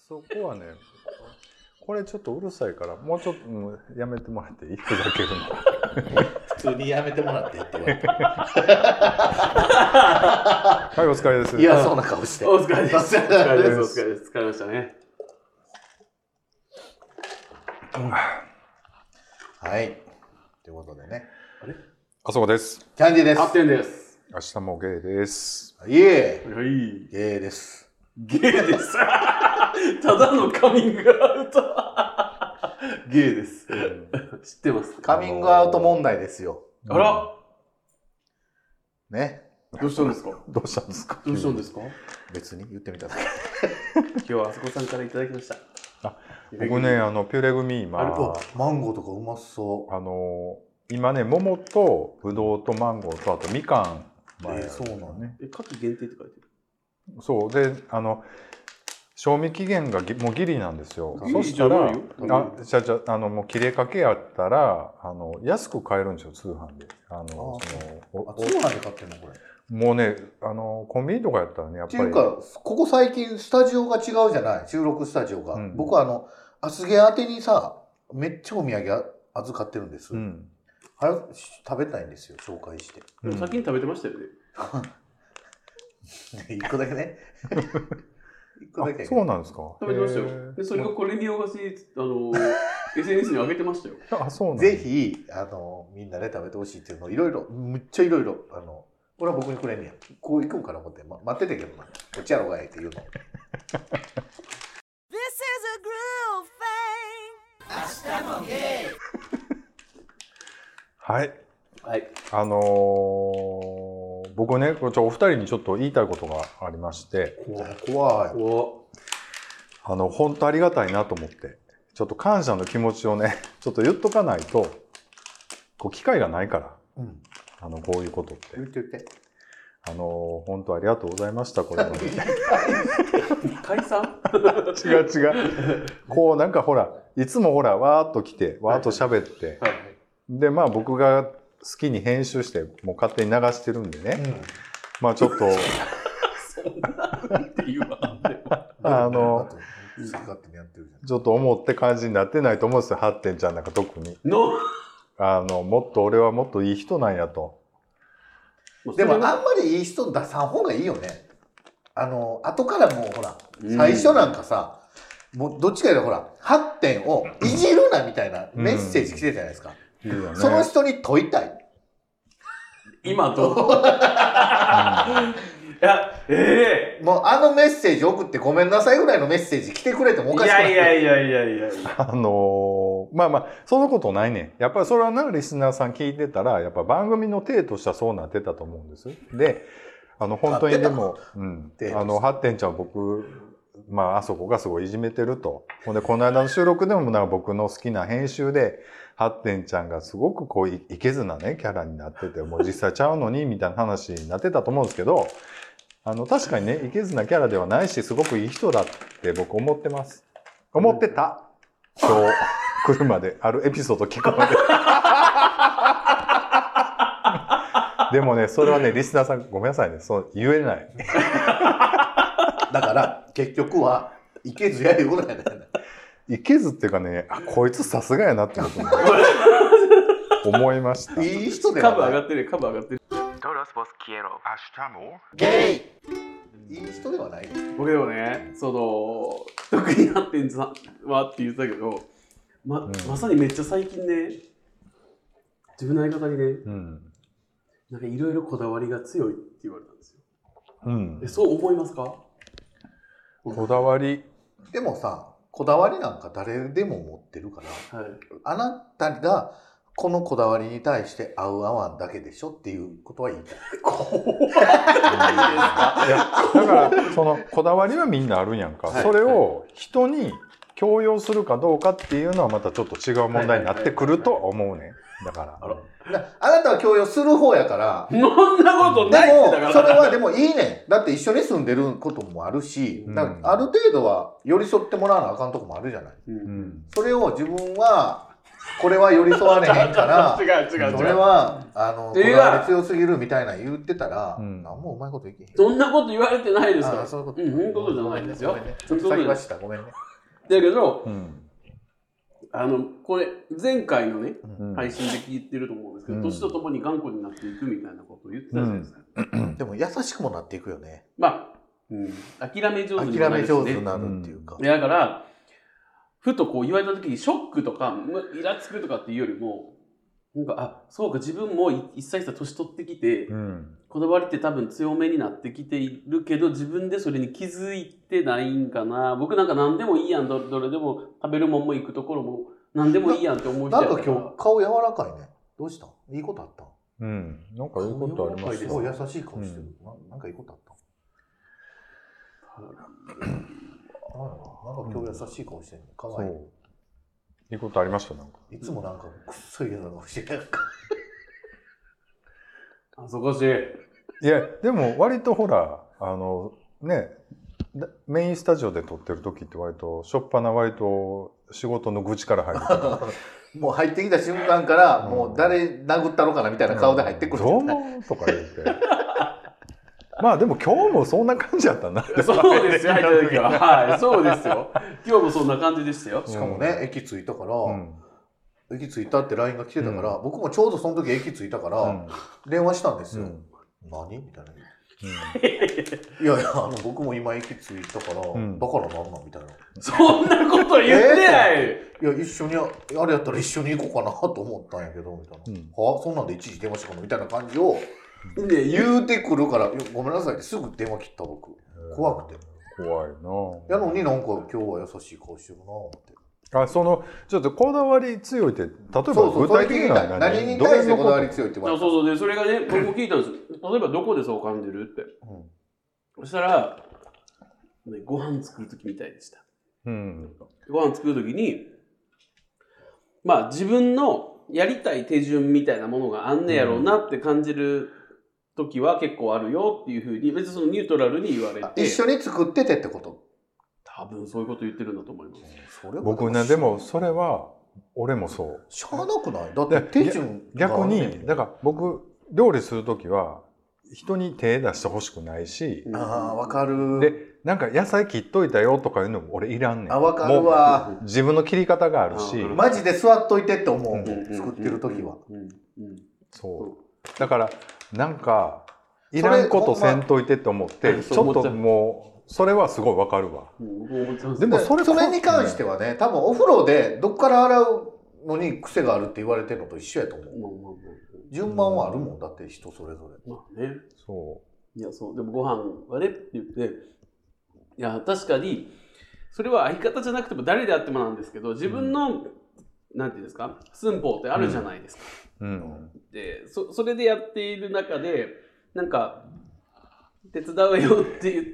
そこはね、これちょっとうるさいからもうちょっと、やめてもらっていい？ふざけるの。 普通にやめてもらってって言われて。 はい、お疲れです。 嫌そうな顔して。 お疲れです。お疲れです。お疲れです。疲れましたね。 はい。ということでね。 あれ？ あそこです。 キャンディーです。 8点です。 明日もゲイです。 いえ。 はい。 ゲイです。 ゲイです。ただのカミングアウト。ゲイです。知ってます。 カミングアウト問題ですよ。 あら。 ね。 どうしたんですか？ どうしたんですか？ どうしたんですか？ 別に言ってみただけ。 今日はあそこさんからいただきました。 僕ね、ピュレグミ今、 マンゴーとかうまそう。 今ね、桃とブドウとマンゴーとあとみかん。 そうなのね。 夏季限定って書いてる。 そうで、賞味期限がもうギリなんですよ。そしたら、もう切れかけやったら安く買えるんですよ、通販で。 通販で買ってんのこれ。 もうね、コンビニとかやったらね、やっぱり。 っていうか、ここ最近スタジオが違うじゃない、収録スタジオが。僕はアスゲ宛てにさ、めっちゃお土産預かってるんです。あれ食べたいんですよ、紹介して。 でも先に食べてましたよね。 一個だけね。一個だけ。 そうなんですか。 食べてましたよ。でそれがこれ見よがし、SNS に上げてましたよ。 あ、そうなんぜひみんなで食べてほしいっていうのをいろいろ、むっちゃいろいろ俺は僕にくれんねや。こう行くんかな思って、待っててけどな。こっちやろがいって言うの。 はい。 はい。 僕ね、お二人にちょっと言いたいことがありまして。 怖い。 本当ありがたいなと思って、ちょっと感謝の気持ちをね、ちょっと言っとかないと、機会がないから。こういうことって。 言って。 本当ありがとうございました、これまで。 解散？ 違う。こうなんかほら、いつもほら、わーっと来て、わーっと喋って、で、まあ僕が好きに編集して、もう勝手に流してるんでね。まあちょっと、 そんなって言わんでも。 ちょっと思って感じになってないと思うんですよ、ハッテンちゃんなんか特に。もっと俺はもっといい人なんやと。 でもあんまりいい人出さん方がいいよね。後からもうほら、最初なんかさ、もうどっちかというとほら、8点をいじるなみたいなメッセージ来てるじゃないですか。その人に問いたい。 今と。いや、 もうメッセージ送ってごめんなさいぐらいのメッセージ来てくれてもおかしくない。 いや。 まあ、そのことないね。やっぱりそれはな、リスナーさん聞いてたら、やっぱ番組の体としてはそうなってたと思うんです。で、本当にでも、ハッテンちゃん僕、まあ、あそこがすごいいじめてると。ほんで、この間の収録でもなんか僕の好きな編集で、ハッテンちゃんがすごくこう、いけずなね、キャラになってて、もう実際ちゃうのに、みたいな話になってたと思うんですけど、確かにね、いけずなキャラではないし、すごくいい人だって僕思ってます。思ってた。今日、車で、あるエピソード聞くまで。でもね、それはね、リスナーさんごめんなさいね、そう言えない。 だから、結局は、いけずやいうことやね。 いけずっていうかね、こいつさすがやなってこと思いました。 いい人ではない。 株上がってる。 ゲイ。いい人ではない。 僕でもね、特にハッテンさんはって言ってたけど、まさにめっちゃ最近ね、自分の相方にね、なんかいろいろこだわりが強いって言われたんですよ。そう思いますか？ こだわり。 でもさ、こだわりなんか誰でも持ってるから、あなたがこのこだわりに対して合う合わんだけでしょっていうことは言いたい。 だからそのこだわりはみんなあるんやんか。それを人に強要するかどうかっていうのはまたちょっと違う問題になってくると思うね。だから。 あなたは強要する方やから。 そんなことない。 でもそれはでもいいね。だって一緒に住んでることもあるし、ある程度は寄り添ってもらわなあかんとこもあるじゃない。それを自分はこれは寄り添われへんから違うそれはこだわり強すぎるみたいな言ってたら、何もうまいこといけへん。 そんなこと言われてないですよ。 そういうこと。 そういうことじゃないですよ。 ちょっと先走った。ごめんね。 だけど、これ前回のね、配信で聞いてると思うんですけど、年とともに頑固になっていくみたいなことを言ってたじゃないですか。 でも優しくもなっていくよね。 まあ、諦め上手になる、 諦め上手になるっていうか。 だから、ふとこう言われた時にショックとか、イラつくとかっていうよりも、なんか、そうか、自分も一歳差年取ってきて、こだわりって多分強めになってきているけど、自分でそれに気づいてないんかな。僕なんか何でもいいやん、どれでも食べるもんも行くところも何でもいいやんって思う人やから。 なんか今日顔柔らかいね。どうした？いいことあった？ なんかいいことありますよ。 すごい優しい顔してる。なんかいいことあった？なんか今日優しい顔してる。かわいい。 いいことありましたなんか。 いつもなんかくっそい嫌な顔してる。 あそこしい。 いやでも割とほらねメインスタジオで撮ってる時って割としょっぱな割と仕事の愚痴から入るからもう入ってきた瞬間からもう誰殴ったろかなみたいな顔で入ってくる。 どうもとか言って。まあでも今日もそんな感じやったな。 そうですよ、入った時は。はい、そうですよ。今日もそんな感じでしたよ。 しかもね、駅着いたから、駅着いたって LINE が来てたから、僕もちょうどその時駅着いたから、電話したんですよ。何みたいな。いやいや、僕も今駅着いたから、だからなんなんみたいな。 そんなこと言ってない。 いや、一緒に、あれやったら一緒に行こうかなと思ったんやけど、みたいな。はそんなんで一時電話したかなみたいな感じを、言うてくるから、ごめんなさいってすぐ電話切った僕。怖くて。 怖いな。 やのになんか今日は優しい顔してるなって。 ちょっとこだわり強いって、例えば具体的な何に対してこだわり強いって言われた？ そうで、それがね、僕も聞いたんですよ。例えばどこでそう感じるって。そしたら、ご飯作るときみたいでした。ご飯作るときに、まあ自分のやりたい手順みたいなものがあんねやろうなって感じる時は結構あるよっていうふうに、別にそのニュートラルに言われて。 一緒に作っててってこと？ 多分そういうこと言ってるんだと思います。 僕ね、でもそれは俺もそう。 しゃあなくない？だって手順逆に、だから僕料理するときは人に手出してほしくないし。 わかる。 で、なんか野菜切っといたよとかいうのも俺いらんねん。 わかるわ。 自分の切り方があるし。 マジで座っといてって思う。作ってるときは。 そう。だからなんかいらんことせんといてって思って、ちょっともう。それはすごいわかるわ。 でもそれに関してはね、多分お風呂でどっから洗うのに癖があるって言われてるのと一緒やと思う。順番はあるもんだって人それぞれ。 まあね。 そう。 いやそう。でもご飯はねって言って、いや確かにそれは相方じゃなくても誰であってもなんですけど、自分のなんていうんですか、寸法ってあるじゃないですか。でそれでやっている中でなんか。手伝うよって言って、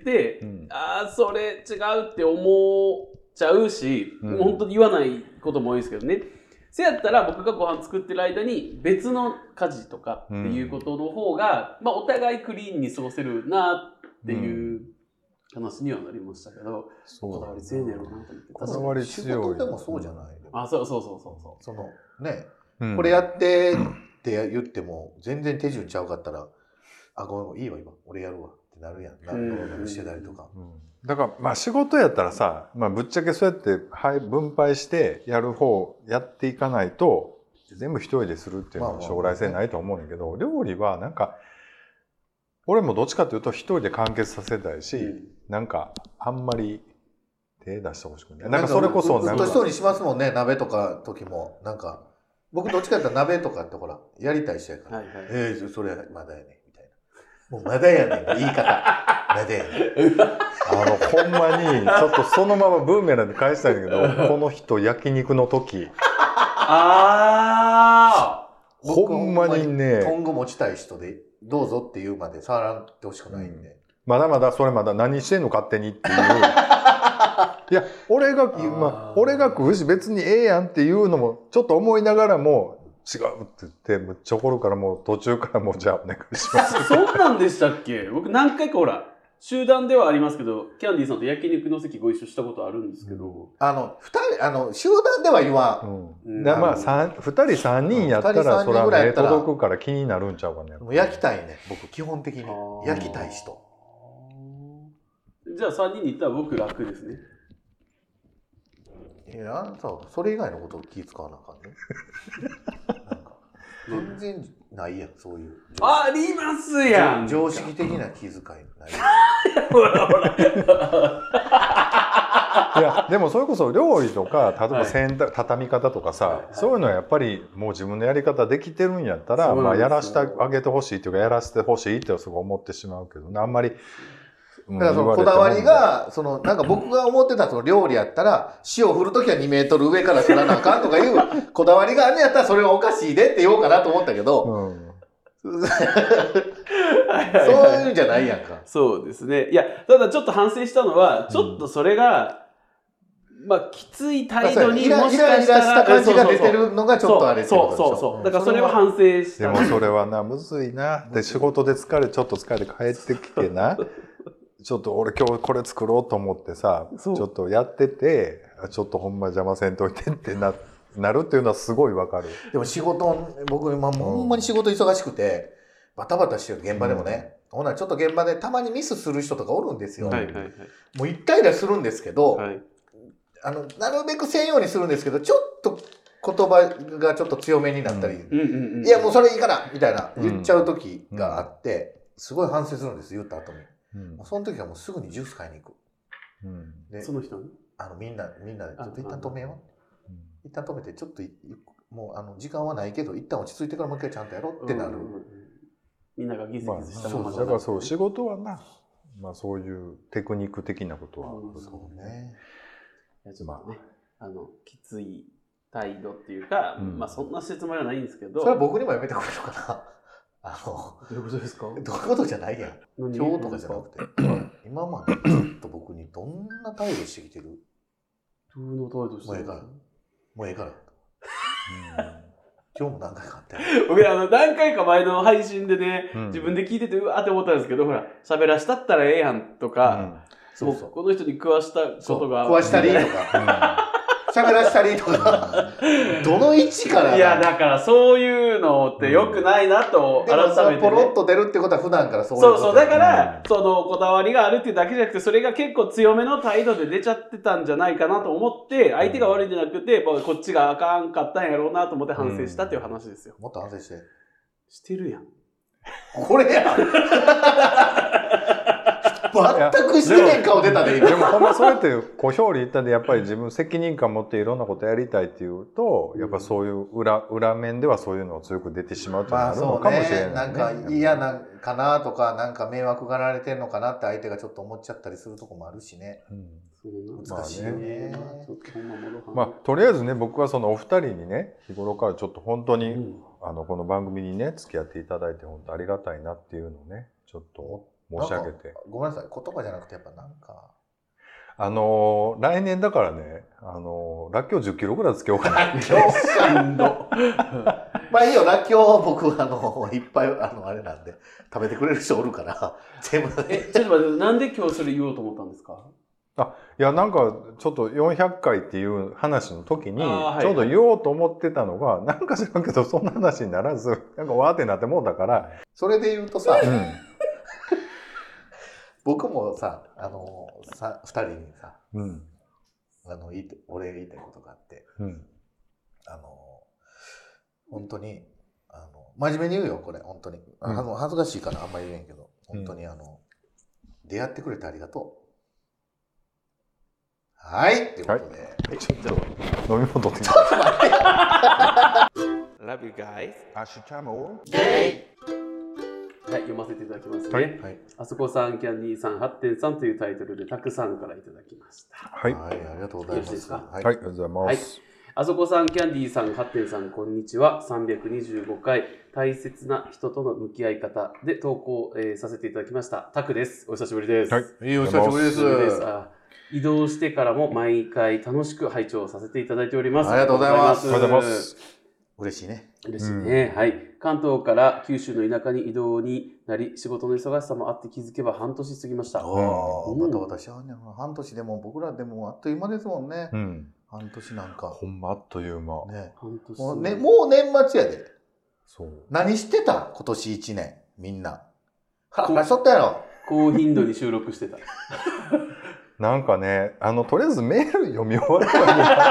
それ違うって思っちゃうし、本当に言わないことも多いですけどね。せやったら僕がご飯作ってる間に別の家事とかっていうことの方が、まあお互いクリーンに過ごせるなっていう話にはなりましたけど、こだわり強いんやろうなと思って。 こだわり強い。 仕事でもそうじゃない？ そう。 そのね、これやってって言っても全然手順ちゃうかったら、ごめんいいわ今俺やるわ。なるやん。してたりとか。 だからまあ仕事やったらさ、まあぶっちゃけそうやって分配してやっていかないと全部一人でするっていうのは将来性ないと思うんだけど、料理はなんか俺もどっちかというと一人で完結させたいし、なんかあんまり手出してほしくない。なんかそれこそずっと一人にしますもんね。鍋とか時もなんか僕どっちかやったら鍋とかってほらやりたい人やから。それまだやね。もうまだやねん言い方。まだやねん。 ほんまにちょっとそのままブーメランで返したいんだけど、この人焼肉の時。ほんまにね。 トング持ちたい人でどうぞって言うまで触らんってほしくないんで。 まだまだ何してんの勝手にっていう。いや、俺が食うし別にええやんっていうのもちょっと思いながらも、違うって言ってめっちゃ怒るからもう途中からもうじゃあお願いします。 そうなんでしたっけ？僕何回かほら集団ではありますけど、キャンディーさんと焼肉の席ご一緒したことあるんですけど。 集団では言わん。まあ、2人3人やったら、それは目届くから気になるんちゃうかね。 もう焼きたいね、僕、基本的に。焼きたい人。 じゃあ3人に行ったら僕楽ですね。 いや、それ以外のことを気使わなあかんね。全然ないやん、そういう。 ありますやん。 常識的な気遣いない。 ほらほら。 いや、でもそれこそ料理とか、例えば畳み方とかさ、そういうのはやっぱりもう自分のやり方できてるんやったら、まあやらしてあげてほしいっていうか、やらせてほしいってすごい思ってしまうけどね、あんまり。 だからそのこだわりが、なんか僕が思ってたその料理やったら、塩振るときは2メートル上から振らなあかんとかいうこだわりがあるんやったら、それはおかしいでって言おうかなと思ったけど、そういうんじゃないやんか。 そうですね。いや、ただちょっと反省したのは、ちょっとそれが、まあ、きつい態度にもしかしたら、 した感じが出てるのがちょっとあれってことでしょ。 そう。だからそれは反省した。 でもそれはな、むずいな。で、仕事でちょっと疲れて帰ってきてな。ちょっと俺今日これ作ろうと思ってさ、ちょっとやってて、ちょっとほんま邪魔せんといてってなるっていうのはすごいわかる。 でも僕今ほんまに仕事忙しくて、バタバタしてる現場でもね、ほなちょっと現場でたまにミスする人とかおるんですよ。もう一回ではするんですけど、なるべくせんようにするんですけど、ちょっと言葉がちょっと強めになったり、いやもうそれいいからみたいな言っちゃう時があって、すごい反省するんです、言った後に。その時はもうすぐにジュース買いに行く。 でその人にみんなでちょっと一旦止めよう。一旦止めて、ちょっともう時間はないけど、一旦落ち着いてからもう一回ちゃんとやろうってなる。 みんながギスギスしたままだからそう、仕事はな、まあそういうテクニック的なことは。 そうね。 ちょっとね、きつい態度っていうか、まあそんな説明はないんですけど。 それは僕にもやめてくれるかな。 どういうことですか？ どういうことじゃないやん。今日とかじゃなくて、今までずっと僕にどんな態度してきてる？ どんな態度してる？ もうええから。今日も何回かあって。 僕何回か前の配信でね、自分で聞いててうわーって思ったんですけど、ほら、喋らしたったらええやんとか、この人に食わしたことが。 食わしたりとか。喋らしたりとか、どの位置から。 いや、だからそういうのって良くないなと改めて、ね。 ポロッと出るってことは普段からそういうこと。そう、だから、そのこだわりがあるっていうだけじゃなくて、それが結構強めの態度で出ちゃってたんじゃないかなと思って、相手が悪いんじゃなくて、こっちがあかんかったんやろうなと思って反省したっていう話ですよ。 もっと反省して。 してるやん。 これやん。全くしてねん顔出たで、 今。でもほんまそうやって小表裏言ったんで、やっぱり自分責任感持っていろんなことやりたいっていうと、やっぱそういう裏面ではそういうのが強く出てしまうというのがあるのかもしれない、ね。 なんか嫌なかなとか、なんか迷惑がられてんのかなって相手がちょっと思っちゃったりするとこもあるしね。難しいね。 まあとりあえずね、僕はそのお二人にね、日頃からちょっと本当に、この番組にね、付き合っていただいて本当ありがたいなっていうのをね、ちょっと申し上げて。 ごめんなさい、言葉じゃなくてやっぱなんか。 来年だからね、らっきょう10キロぐらいつけようかな。 らっきょうしんど。まあいいよ、らっきょう僕いっぱいあれなんで、食べてくれる人おるから、全部ね。 ちょっと待って、なんで今日それ言おうと思ったんですか？ いや、なんか、ちょっと400回っていう話の時に、ちょうど言おうと思ってたのが、なんか知らんけど、そんな話にならず、なんかわーってなってもうだから。 それで言うとさ、僕もさ、2人にさ、俺言いたいことがあって、本当に、真面目に言うよ、これ、本当に。恥ずかしいからあんまり言えんけど、本当に出会ってくれてありがとう。はい、ってことで。 ちょっと飲み物って。 ちょっと待って。 Love you guys. アシュチャモはい、読ませていただきますね。はい。あそこさん、キャンディーさん、8.3というタイトルでたくさんからいただきました。 はい。 ありがとうございます。 はい、ありがとうございます。 あそこさん、キャンディーさん、8.3、こんにちは。325回、大切な人との向き合い方で投稿、させていただきました。タクです。お久しぶりです。 はい。 お久しぶりです。 移動してからも毎回楽しく拝聴させていただいております。 ありがとうございます。 ありがとうございます。 嬉しいね。 嬉しいね。はい。関東から九州の田舎に移動になり、仕事の忙しさもあって気づけば半年過ぎました。 バタバタしちゃうね。半年でも僕らでもあっという間ですもんね。半年なんか。 ほんまあっという間。 ね。 半年。 もう年末やで。 そう。 何してた今年1年。みんな。はらはらしとったやろ。 高頻度に収録してた。 なんかね、とりあえずメール読み終わったら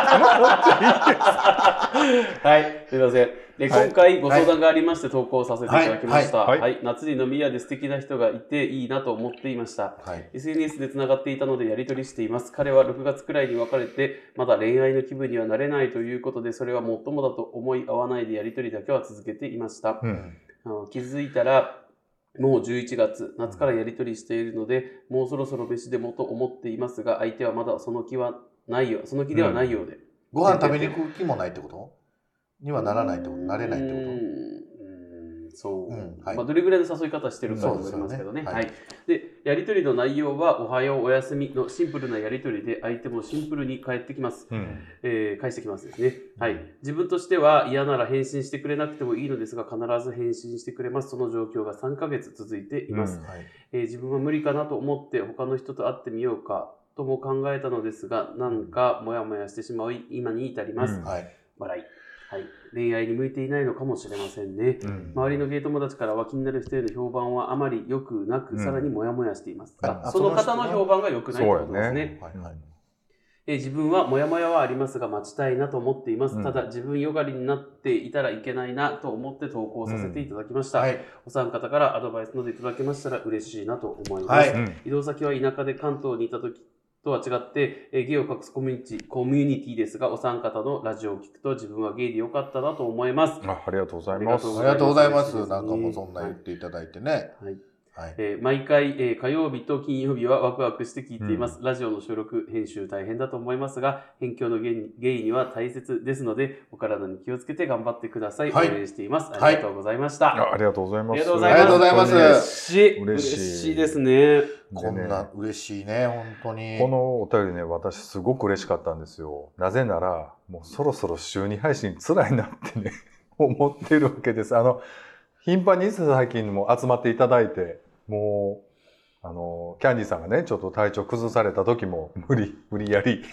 はい、すいません。今回ご相談がありまして投稿させていただきました。はい。夏に飲み屋で素敵な人がいていいなと思っていました。はい。SNS でつながっていたのでやり取りしています。彼は6月くらいに別れて、まだ恋愛の気分にはなれないということで、それはもっともだと思い合わないでやり取りだけは続けていました。気づいたら、もう11月、夏からやり取りしているので、もうそろそろ飯でもと思っていますが、相手はまだその気ではないようで。 ご飯食べに行く気もないってことにはならないってことなれないってことそう。まあ、どれぐらいの誘い方してるかと思いますけどね。はい。で、やり取りの内容は、おはよう、おやすみのシンプルなやり取りで、相手もシンプルに返ってきます。返してきますですね。はい。自分としては嫌なら返信してくれなくてもいいのですが、必ず返信してくれます。その状況が3ヶ月続いています。自分は無理かなと思って、他の人と会ってみようかとも考えたのですが、なんかモヤモヤしてしまい、今に至ります。笑い。はい、恋愛に向いていないのかもしれませんね。周りのゲイ友達からは気になる人への評判はあまり良くなく、さらにモヤモヤしています。その方の評判が良くないということですね。自分はモヤモヤはありますが待ちたいなと思っています。ただ自分よがりになっていたらいけないなと思って投稿させていただきました。お三方からアドバイスなどいただけましたら嬉しいなと思います。移動先は田舎で関東にいた時とは違って、ゲイを隠すコミュニティですが、お三方のラジオを聞くと自分はゲイでよかったなと思います。 ありがとうございます。 ありがとうございます。なんかもうそんな言っていただいてね。 毎回、火曜日と金曜日はワクワクして聞いています。ラジオの収録、編集大変だと思いますが、辺境のゲイには大切ですので、お体に気をつけて頑張ってください。応援しています。ありがとうございました。 ありがとうございます。 ありがとうございます。嬉しいですね。 こんな嬉しいね、本当に。 このお便りね、私すごく嬉しかったんですよ。なぜなら、もうそろそろ週2配信辛いなってね、思ってるわけです。頻繁に最近も集まっていただいて、もう、キャンディーさんがね、ちょっと体調崩された時も無理やり。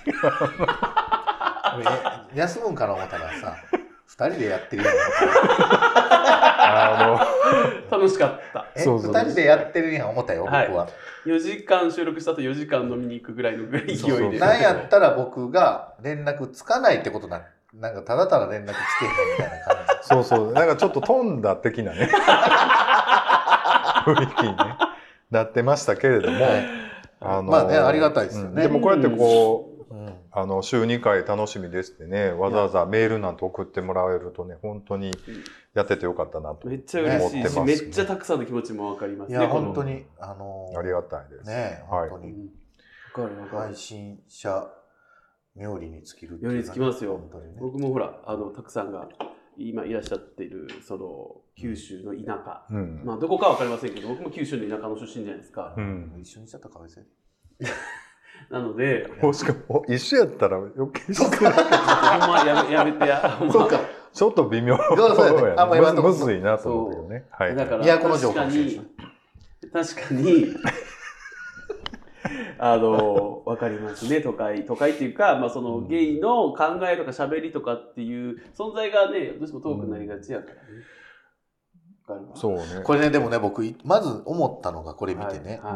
休むんかな思ったらさ、2人でやってるよ楽しかった。 2人でやってるやん思ったよ、僕は。 4時間収録したと4時間飲みに行くぐらいの勢いで。 なんやったら僕が連絡つかないってことなんかただただ連絡つけへんみたいな感じ。 そう。なんかちょっと飛んだ的なね。雰囲気にね、なってましたけれども。 まあね、ありがたいですよね。 でもこうやって週2回楽しみですってね、わざわざメールなんて送ってもらえるとね、本当にやっててよかったなと思ってます。 めっちゃ嬉しいし、めっちゃたくさんの気持ちもわかりますね。 いや、本当に、 ありがたいです。 ね、本当に。配信者冥利に尽きるっていう。 冥利に尽きますよ。僕もほら、たくさんが今いらっしゃっている、九州の田舎。まあ、どこかはわかりませんけど、僕も九州の田舎の出身じゃないですか。 一緒にしちゃったかわいそう。 なので、 もしかも一緒やったら余計そうか。ほんまやめてや。 そうか。 ちょっと微妙。むずいなと思ったけどね。はい。 だから確かにわかりますね。都会っていうか、まあそのゲイの考えとか喋りとかっていう存在がね、どうしても遠くなりがちやからね。 そうね。 これね、でもね、僕まず思ったのがこれ見てね、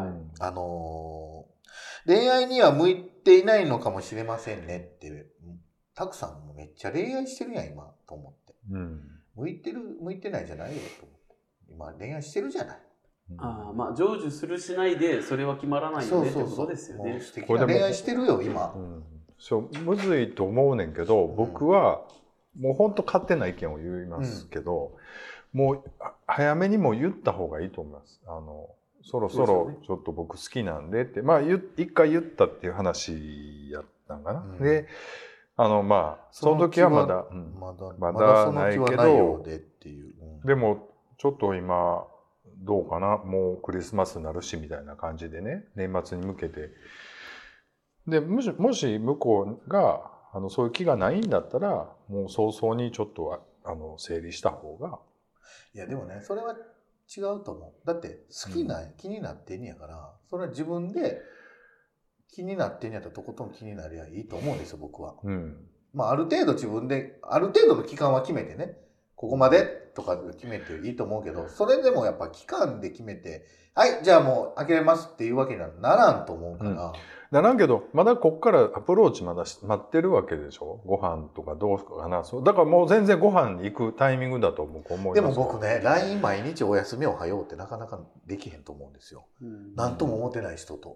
恋愛には向いていないのかもしれませんねって、たくさんもめっちゃ恋愛してるやん今と思って、向いてないじゃないよと思って、今恋愛してるじゃない。 まあ成就するしないでそれは決まらないよねってことですよね。 素敵な恋愛してるよ今。 むずいと思うねんけど、僕はもう本当勝手な意見を言いますけど、もう早めにも言った方がいいと思います。そろそろちょっと僕好きなんでって、まあ一回言ったっていう話やったんかな。で、まあその時はまだないけど、でもちょっと今どうかな、もうクリスマスになるしみたいな感じでね、年末に向けて。でもし向こうがそういう気がないんだったら、もう早々にちょっと整理した方が。 いやでもねそれは違うと思う。だって好きな、気になってんやからそれは自分で気になってんやったらとことん気になりゃいいと思うんですよ僕は。まあある程度自分である程度の期間は決めてねここまでとか決めていいと思うけどそれでもやっぱ期間で決めてはいじゃあもう諦めますっていうわけにはならんと思うから。 ならんけどまだこっからアプローチまだ待ってるわけでしょ。ご飯とかどうかな。だからもう全然ご飯に行くタイミングだと僕思います。 でも僕ね LINE 毎日お休みをはようってなかなかできへんと思うんですよ。なんとも思ってない人と。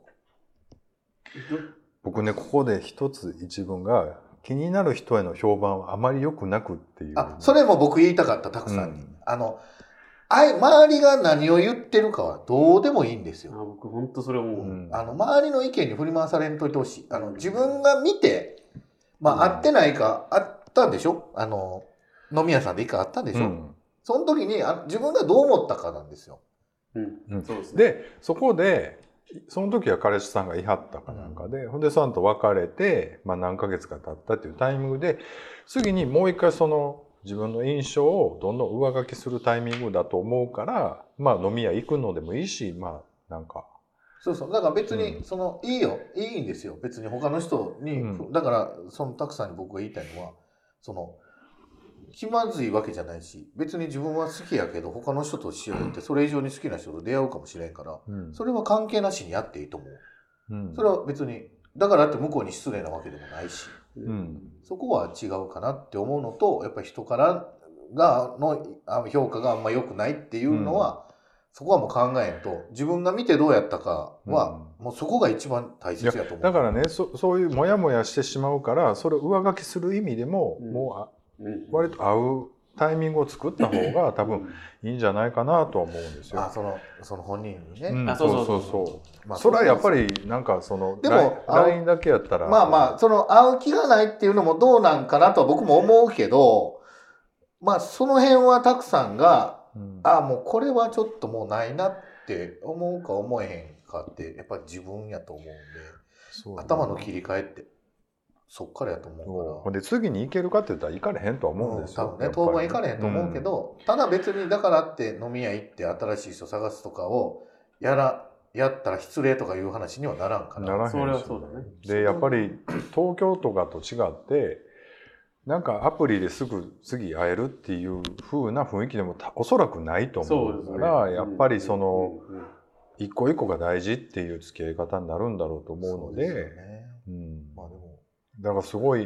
僕ねここで一文が気になる人への評判はあまり良くなくっていう。 それも僕言いたかったたくさんに。周りが何を言ってるかはどうでもいいんですよ。 僕本当それ思う。 周りの意見に振り回されんといてほしい。自分が見て、会ってないか、あったんでしょ飲み屋さんで一回あったんでしょ、その時に自分がどう思ったかなんですよ。 そうですね。で、そこで、その時は彼氏さんがいはったかなんかで、ほんでさんと別れて、何ヶ月か経ったっていうタイミングで、次にもう一回自分の印象をどんどん上書きするタイミングだと思うから、飲み屋行くのでもいいし、 そうそう。だから別に、いいよ。いいんですよ。別に他の人に、だから、たくさんに僕が言いたいのは、気まずいわけじゃないし、別に自分は好きやけど、他の人としようって、それ以上に好きな人と出会うかもしれんから、それは関係なしにやっていいと思う。それは別に、だからって向こうに失礼なわけでもないし、そこは違うかなって思うのと、やっぱり人からの評価があんま良くないっていうのは、そこはもう考えんと、自分が見てどうやったかは、もうそこが一番大切やと思う。 だからね、そういうモヤモヤしてしまうから、それを上書きする意味でも、もう割と合うタイミングを作った方が多分いいんじゃないかなとは思うんですよ。 その本人にね。 そう。それはやっぱりでも LINE だけやったら。 会う気がないっていうのもどうなんかなとは僕も思うけど、その辺はたくさんが、もうこれはちょっともうないなって思うか思えへんかって、やっぱり自分やと思うんで、頭の切り替えって、そっからやと思うから。 で、次に行けるかって言ったら行かれへんとは思うんですよ。 多分ね、当分行かれへんと思うけど、ただ別にだからって飲み屋行って新しい人探すとかをやったら失礼とかいう話にはならんから。 ならへんし。 それはそうだね。 で、やっぱり東京とかと違って、アプリですぐ次会えるっていう風な雰囲気でもおそらくないと思うから、やっぱり一個一個が大事っていう付き合い方になるんだろうと思うので、だからすごい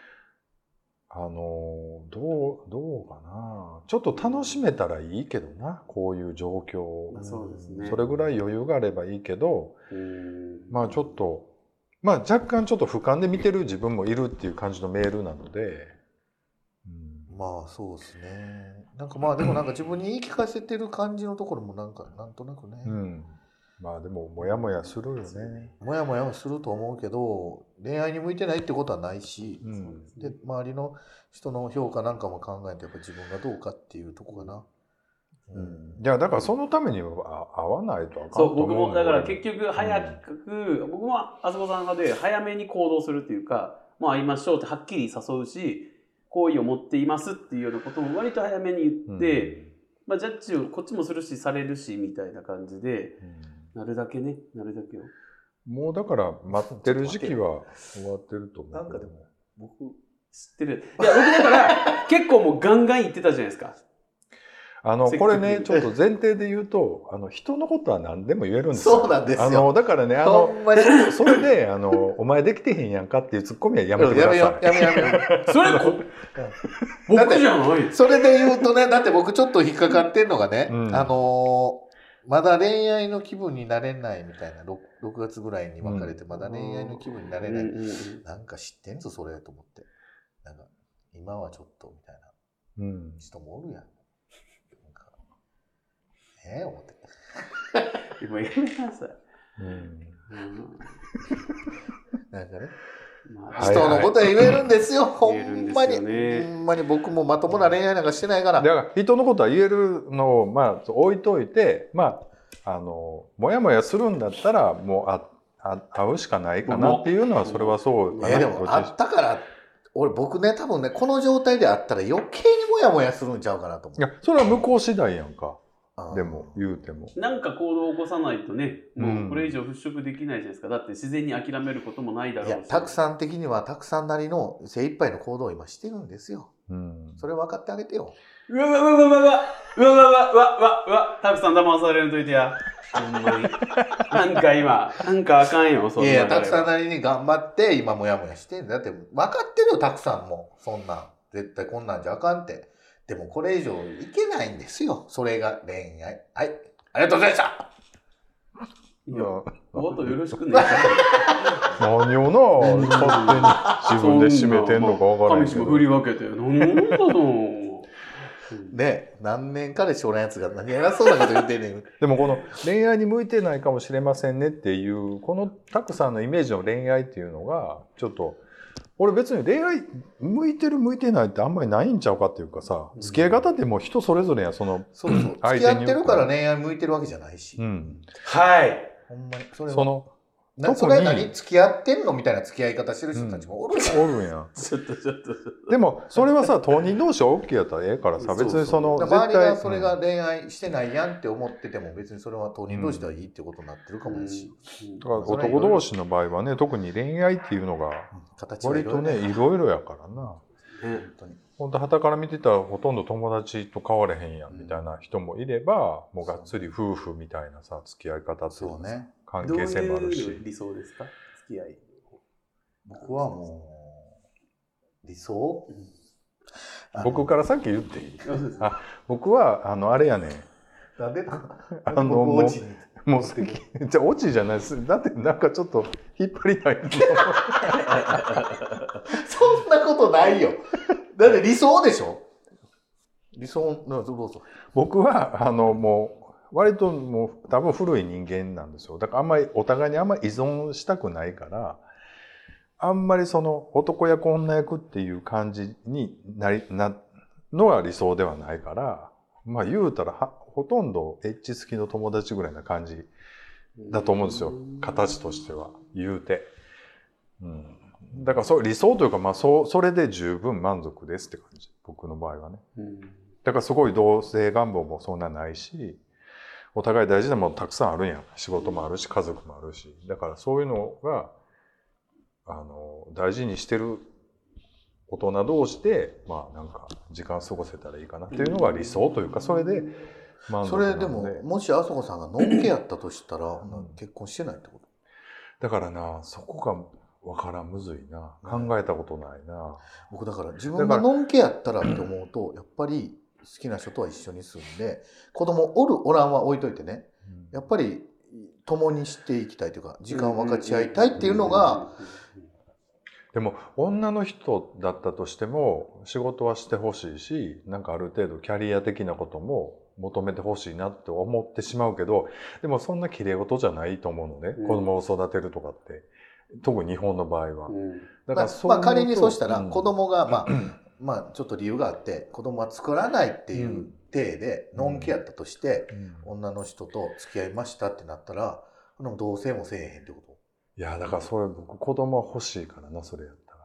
どうかな、ちょっと楽しめたらいいけどな、こういう状況。 そうですね。 それぐらい余裕があればいいけど、ちょっと。若干ちょっと俯瞰で見てる自分もいるっていう感じのメールなので。 そうですね。でも自分に言い聞かせてる感じのところもなんとなくね。 でもモヤモヤするよね。 モヤモヤはすると思うけど、恋愛に向いてないってことはないし、で周りの人の評価なんかも考えてやっぱ自分がどうかっていうとこかな。 いやだからそのためには合わないとあかんと思う。 僕もだから結局僕もあそこさん派で早めに行動するっていうか、会いましょうってはっきり誘うし、好意を持っていますっていうようなことも割と早めに言って、ジャッジをこっちもするしされるしみたいな感じで、なるだけよ。 もうだから待ってる時期は終わってると思う。 でも僕知ってる。いや僕だから結構もうガンガン言ってたじゃないですか。 これね、ちょっと前提で言うと、人のことは何でも言えるんですよ。そうなんですよ。 だからね、それで、お前できてへんやんかっていうツッコミはやめてください。 やめよう。 それ、僕じゃない。 それで言うとね、だって僕ちょっと引っかかってんのがね、まだ恋愛の気分になれないみたいな、6月ぐらいに別れて、まだ恋愛の気分になれない。なんか知ってんぞ、それ、と思って。今はちょっと、みたいな人もおるやん。思って。 今やめなさい。 なんかね。人のことは言えるんですよ。ほんまに。ほんまに僕もまともな恋愛なんかしてないから。 だから人のことは言えるのを置いといて、もやもやするんだったらもう会うしかないかなっていうのはそれはそうかな。 でも会ったから。僕ね多分ねこの状態で会ったら余計にもやもやするんちゃうかなと思う。 いや、それは向こう次第やんか。でも、言うても。 なんか行動を起こさないとね、もうこれ以上払拭できないじゃないですか。だって自然に諦めることもないだろうし。 いや、たくさん的にはたくさんなりの精一杯の行動を今してるんですよ。それ分かってあげてよ。 うわうわうわうわうわうわうわうわうわ、たくさん騙されんといてや。ほんまに。なんか今、なんかあかんよ、そんな。 いやいや、たくさんなりに頑張って今もやもやしてんだ。だって分かってるよ、たくさんも。そんなん。絶対こんなんじゃあかんって。でもこれ以上いけないんですよ。それが恋愛。はい。ありがとうございました。 いや、お後よろしくね。 何をな、勝手に自分で締めてんのか分からないけど。 神しか振り分けて。何だの。 ね、何年彼氏おらんやつが何偉そうなこと言ってんねん。 でもこの恋愛に向いてないかもしれませんねっていう、このたくさんのイメージの恋愛っていうのが、ちょっと、俺別に恋愛向いてる向いてないってあんまりないんちゃうかっていうかさ、付き合い方ってもう人それぞれや、そのそうそう。付き合ってるから恋愛向いてるわけじゃないし。 はい。 ほんまに。それそのそれ何付き合ってんのみたいな付き合い方してる人たちもおるやん。 おるんや。 ちょっと。 でもそれはさ、当人同士は OK やったらええからさ、別にその周りがそれが恋愛してないやんって思ってても別にそれは当人同士ではいいってことになってるかもやし。 だから男同士の場合はね、特に恋愛っていうのが割とね、いろいろやからな。本当傍から見てたらほとんど友達と変われへんやんみたいな人もいれば、もうがっつり夫婦みたいなさ、付き合い方っていうね、関係性もあるし。 どういう理想ですか、付き合い。 僕はもう理想、 僕からさっき言っていい？僕はあれやねん。 なんでもうじゃあオチじゃないです。だってなんかちょっと引っ張りたい。 そんなことないよ。だって理想でしょ。理想どうぞ。 僕はもう割ともう多分古い人間なんですよ。だからあんまりお互いにあんまり依存したくないから、あんまりその男役女役っていう感じになのが理想ではないから、まあ言うたらほとんどエッチ好きの友達ぐらいな感じだと思うんですよ。形としては言うて。だから理想というか、まあそれで十分満足ですって感じ。僕の場合はね。だからすごい同性願望もそんなないし、お互い大事なものたくさんあるんやん。仕事もあるし、家族もあるし。だからそういうのが、大事にしてる大人同士で、まあなんか時間過ごせたらいいかなっていうのが理想というか、それで満足なので。 それでも、もしあそこさんがのんけやったとしたら、結婚してないってこと？ だからな、そこがわからん、むずいな。考えたことないな。 僕だから自分がのんけやったらって思うと、やっぱり好きな人とは一緒に住んで、子供おるおらんは置いといてね、やっぱり共にしていきたいというか、時間を分かち合いたいっていうのが。 でも女の人だったとしても仕事はしてほしいし、なんかある程度キャリア的なことも求めてほしいなって思ってしまうけど、でもそんな綺麗事じゃないと思うのね、子供を育てるとかって。特に日本の場合は。 だから仮にそうしたら子供がまあちょっと理由があって子供は作らないっていう体でのんけやったとして、女の人と付き合いましたってなったら同棲もせえへんってこと？ いやだからそれ僕子供は欲しいからな、それやったら。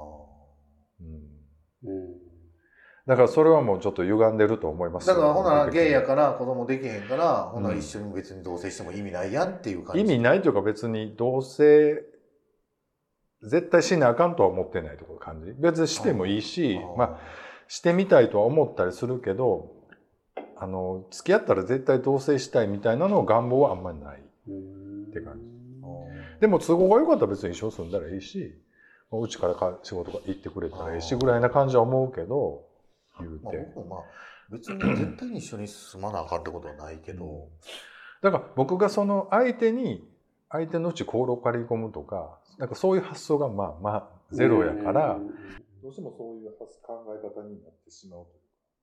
だからそれはもうちょっと歪んでると思いますよ。 だからほなゲイやから子供できへんから、ほな一緒に別に同棲しても意味ないやんっていう感じ。 意味ないというか、別に同棲絶対しなあかんとは思ってないところ感じ。別にしてもいいし、まあしてみたいとは思ったりするけど、付き合ったら絶対同棲したいみたいなの願望はあんまりないって感じ。でも都合が良かったら別に一緒に住んだらいいし、うちから仕事が行ってくれたらいいしぐらいな感じは思うけど、言うて。 別に絶対に一緒に住まなあかんってことはないけど。 だから僕がその相手のうち香炉借り込むとか、なんかそういう発想がまあゼロやから、どうしてもそういう考え方になってしまう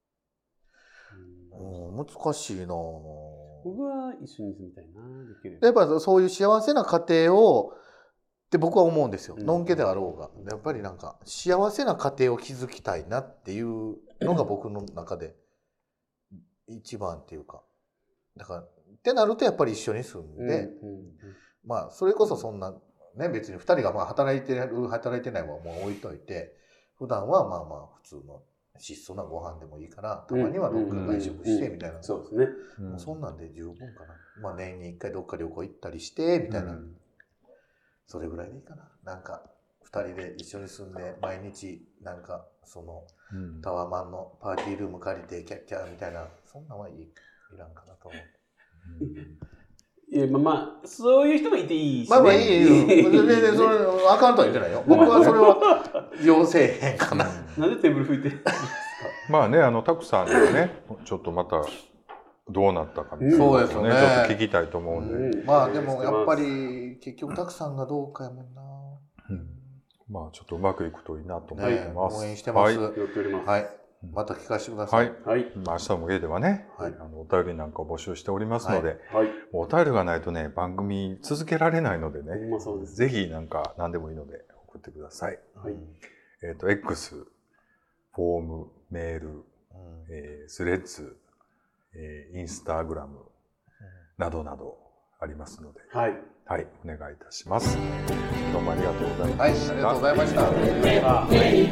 というか。難しいな。 僕は一緒に住みたいな。 やっぱそういう幸せな家庭をって僕は思うんですよ。のんけであろうが。やっぱりなんか幸せな家庭を築きたいなっていうのが僕の中で一番っていうか。だからってなるとやっぱり一緒に住んで、まあそれこそそんなね、別に2人がまあ働いてる働いてないはもう置いといて、普段はまあまあ普通の質素なご飯でもいいからたまにはどっか外食してみたいな、 そうですね、 そんなんで十分かな。年に1回どっか旅行行ったりしてみたいな、それぐらいでいいかな。なんか2人で一緒に住んで毎日なんかそのタワマンのパーティールーム借りてキャッキャーみたいな、そんなんはいらんかなと思う。 いやまあそういう人もいていいし、ね、 まあいいよ。全然それあかんとは言ってないよ。僕はそれは要せえへんかな。 なんでテーブル拭いてるんですか。 まあね、タクさんにはね、ちょっとまたどうなったかみたいなそうですよね。 ちょっと聞きたいと思うんで。 まあでもやっぱり結局タクさんがどうかやもんな。 まあちょっとうまくいくといいなと思ってます。 応援してます。 はい。 また聞かせてください。 はい。明日もゲイではね、お便りなんかを募集しておりますので、お便りがないとね、番組続けられないのでね、ぜひなんか何でもいいので送ってください。X、フォーム、メール、スレッズ、インスタグラムなどなどありますので、はい、お願いいたします。どうもありがとうございました。 ありがとうございました。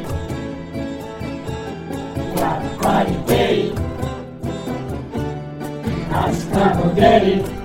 やっぱりゲイ、明日もゲイ。